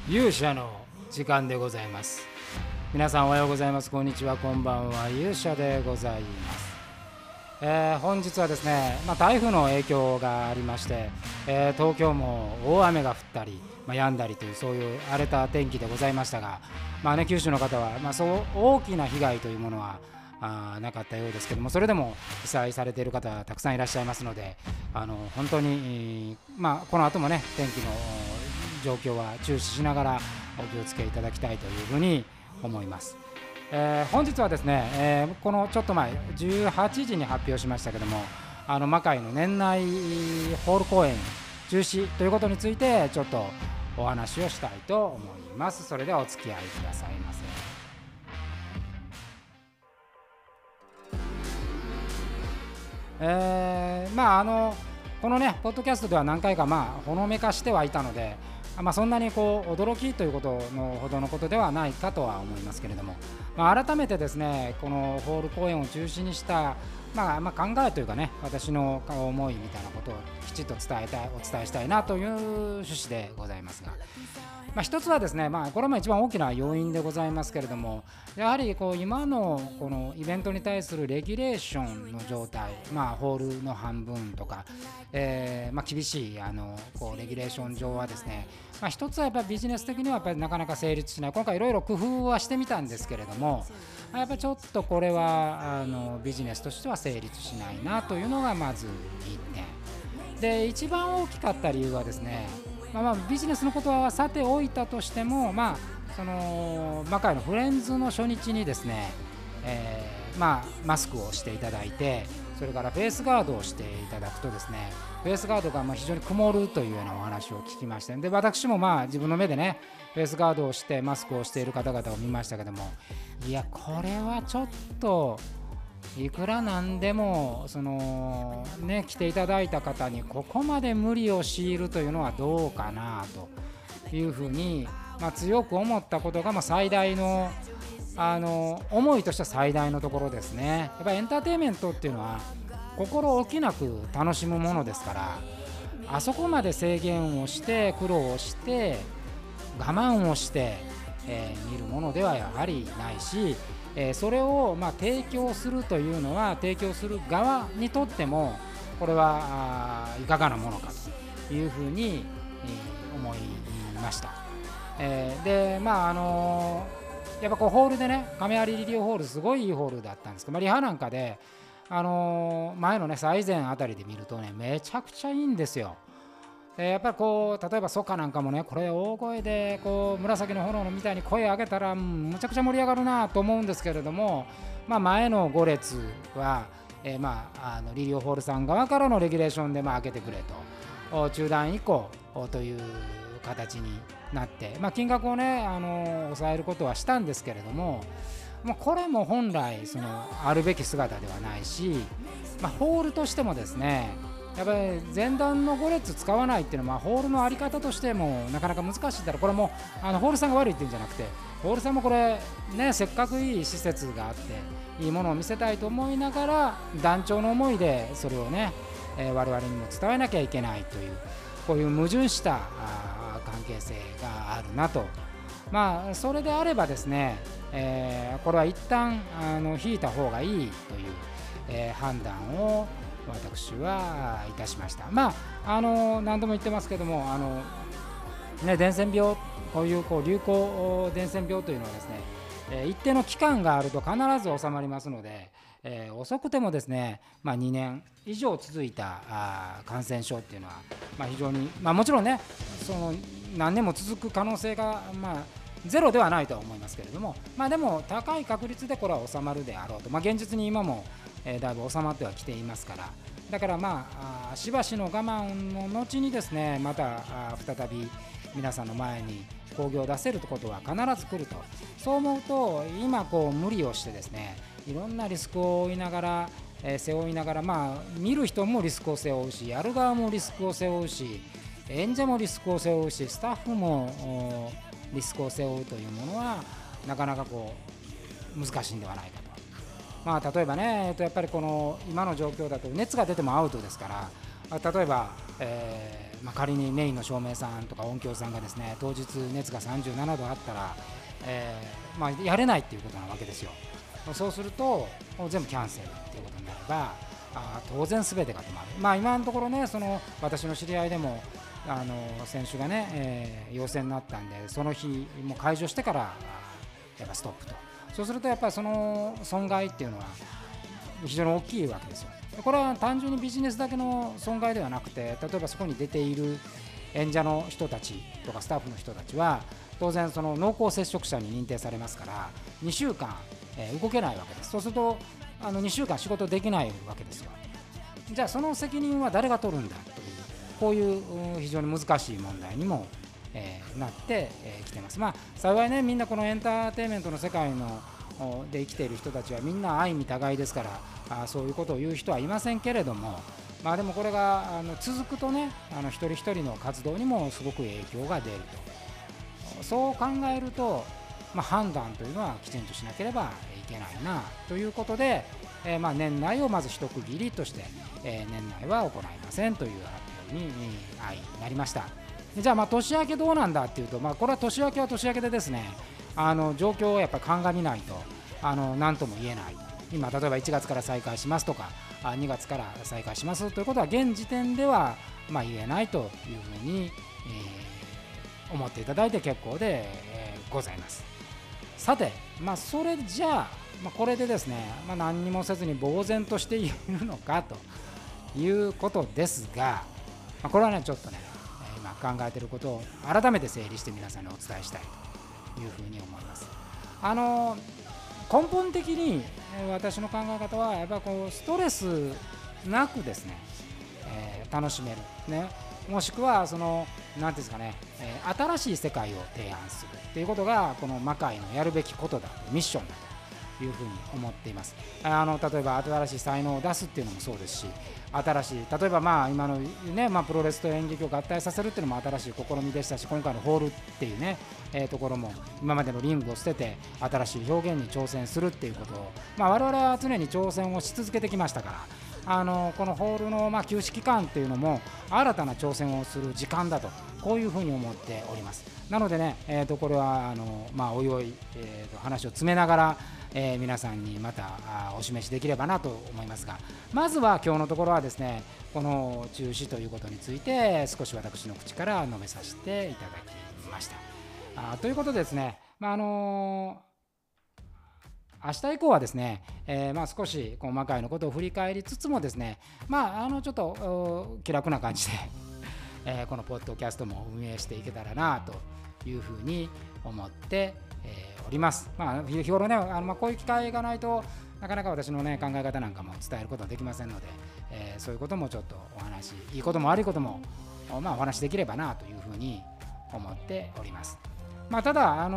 勇者の時間でございます。皆さんおはようございます、こんにちは、こんばんは。勇者でございます。本日はですね、台風の影響がありまして、東京も大雨が降ったり、止んだりというそういう荒れた天気でございましたが、九州の方は、そう大きな被害というものはなかったようですけども、それでも被災されている方はたくさんいらっしゃいますので、本当に、この後もね天気の状況は注視しながらお気をつけいただきたいというふうに思います。本日はですね、このちょっと前18時に発表しましたけども、魔界の年内ホール公演中止ということについてちょっとお話をしたいと思います。それではお付き合いくださいませ。このねポッドキャストでは何回かほのめかしてはいたので、そんなに驚きということのほどのことではないかとは思いますけれども、改めてですねこのホール公演を中止にした、考えというかね、私の思いみたいなことをきちっとお伝えしたいなという趣旨でございますが、一つはですね、これも一番大きな要因でございますけれども、やはり今のこのイベントに対するレギュレーションの状態、ホールの半分とか、厳しいレギュレーション上はですね、一つはやっぱりビジネス的にはやっぱりなかなか成立しない。今回いろいろ工夫はしてみたんですけれども、やっぱりちょっとこれはビジネスとしては成立しないなというのがまず1点で、一番大きかった理由はですね、ビジネスのことはさておいたとしても、その魔界のフレンズの初日にですね、マスクをしていただいて、それからフェイスガードをしていただくとですね、フェイスガードが非常に曇るというようなお話を聞きました。で、私も自分の目でねフェイスガードをしてマスクをしている方々を見ましたけども、いやこれはちょっといくらなんでも来ていただいた方にここまで無理を強いるというのはどうかなというふうに、強く思ったことが最大の思いとしては最大のところですね。やっぱりエンターテインメントっていうのは心置きなく楽しむものですから、あそこまで制限をして苦労をして我慢をして、見るものではやはりないし、それを提供するというのは提供する側にとってもこれはいかがなものかというふうに、思いました。でやっぱホールでね、亀有リリオホールすごいいいホールだったんですけど、リハなんかで前のね最前あたりで見るとねめちゃくちゃいいんですよ。やっぱり例えばソカなんかもね、これ大声で紫の炎のみたいに声上げたらむちゃくちゃ盛り上がるなと思うんですけれども、前の5列は、リリオホールさん側からのレギュレーションで開けてくれと、中断以降という形になって、金額をね抑えることはしたんですけれども、これも本来あるべき姿ではないし、ホールとしてもですね、やっぱり前段の5列使わないっていうのはホールの在り方としてもなかなか難しいから、これもホールさんが悪いっていうんじゃなくて、ホールさんもこれねせっかくいい施設があっていいものを見せたいと思いながら団長の思いでそれをね、我々にも伝えなきゃいけないという、こういう矛盾した関係性があるなと。それであればですね、これは一旦引いた方がいいという、判断を私はいたしました。何度も言ってますけども、伝染病、こういう流行伝染病というのはですね、一定の期間があると必ず収まりますので、遅くてもですね、2年以上続いた感染症っていうのは、非常に、もちろんね何年も続く可能性がゼロではないとは思いますけれども、でも高い確率でこれは収まるであろうと、現実に今もだいぶ収まってはきていますから、だからしばしの我慢の後にですね、また再び皆さんの前に興行を出せることは必ず来ると。そう思うと今無理をしてですね、いろんなリスクを負いながら、背負いながら、見る人もリスクを背負うし、やる側もリスクを背負うし、演者もリスクを背負うし、スタッフもリスクを背負うというものはなかなか難しいんではないかと。例えばね、やっぱり今の状況だと熱が出てもアウトですから、 例えば、仮にメインの照明さんとか音響さんがですね当日熱が37度あったら、やれないっていうことなわけですよ。そうすると全部キャンセルっていうことになれば当然全てが止まる。今のところね私の知り合いでも選手がね、陽性になったんでその日もう解除してからやっぱストップと。そうするとやっぱりその損害っていうのは非常に大きいわけですよ。これは単純にビジネスだけの損害ではなくて、例えばそこに出ている演者の人たちとかスタッフの人たちは当然その濃厚接触者に認定されますから2週間、動けないわけです。そうすると2週間仕事できないわけですよ。じゃあその責任は誰が取るんだというこういう非常に難しい問題にも、なってきてます。幸いねみんなこのエンターテインメントの世界ので生きている人たちはみんな相見互いですからそういうことを言う人はいませんけれども、でもこれが続くとね一人一人の活動にもすごく影響が出ると。そう考えると、判断というのはきちんとしなければいけないなということで、年内をまず一区切りとして、年内は行いませんという発表になりました。じゃあ年明けどうなんだっていうと、これは年明けは年明けでですね状況をやっぱり鑑みないと何とも言えない。今例えば1月から再開しますとか2月から再開しますということは現時点では言えないというふうに、思っていただいて結構で、ございます。さてそれじゃあ、これでですね、何にもせずに呆然としているのかということですが、これはねちょっとね今考えていることを改めて整理して皆さんにお伝えしたいというふうに思います。根本的に私の考え方はやっぱりストレスなくですね、楽しめる、ね、もしくは何ていうんですかね、新しい世界を提案するということがこの魔界のやるべきことだとミッションだというふうに思っています。例えば新しい才能を出すっていうのもそうですし、新しい例えば今のね、プロレスと演劇を合体させるっていうのも新しい試みでしたし、今回のホールっていうね、ところも今までのリングを捨てて新しい表現に挑戦するっていうことを、我々は常に挑戦をし続けてきましたから、このホールの休止期間っていうのも新たな挑戦をする時間だとこういうふうに思っております。なのでね、これはおいおい、話を詰めながら皆さんにまたお示しできればなと思いますが、まずは今日のところはですねこの中止ということについて少し私の口から述べさせていただきました。ということでですね、明日以降はですね、少し魔界のことを振り返りつつもですね、ちょっと気楽な感じで、このポッドキャストも運営していけたらなというふうに思っております。日頃ねこういう機会がないとなかなか私のね考え方なんかも伝えることはできませんので、そういうこともちょっとお話、いいことも悪いこともお話できればなというふうに思っております。ただ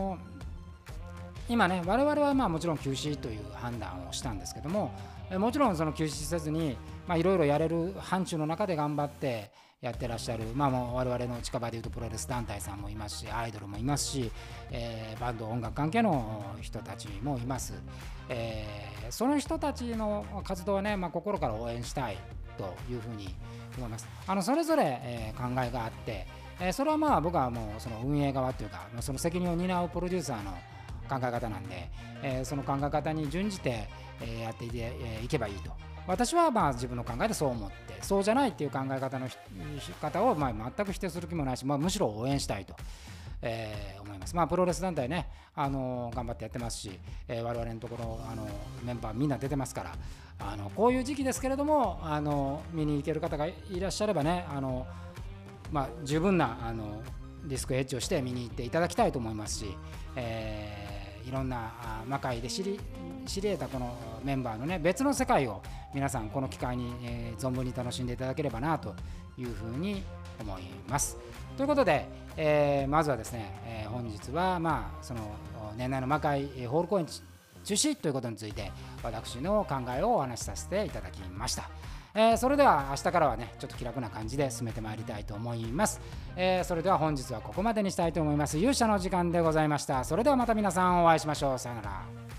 今ね我々はもちろん休止という判断をしたんですけども、もちろんその休止せずにいろいろやれる範疇の中で頑張ってやってらっしゃる、もう我々の近場でいうとプロレス団体さんもいますし、アイドルもいますし、バンド音楽関係の人たちもいます。その人たちの活動はね、心から応援したいというふうに思います。それぞれ、考えがあって、それは僕はもうその運営側というかその責任を担うプロデューサーの考え方なんで、その考え方に準じて、やっていけばいいと私は自分の考えでそう思って、そうじゃないっていう考え方の方を全く否定する気もないし、むしろ応援したいと、思います。プロレス団体ね頑張ってやってますし、我々のところメンバーみんな出てますから、こういう時期ですけれども見に行ける方がいらっしゃればね十分なリスクヘッジをして見に行っていただきたいと思いますし、いろんな魔界で知り得たこのメンバーのね別の世界を皆さんこの機会に、存分に楽しんでいただければなというふうに思います。ということで、まずはですね、本日はその年内の魔界ホール公演中止ということについて私の考えをお話しさせていただきました。それでは明日からはねちょっと気楽な感じで進めてまいりたいと思います。それでは本日はここまでにしたいと思います。勇者の時間でございました。それではまた皆さんお会いしましょう。さよなら。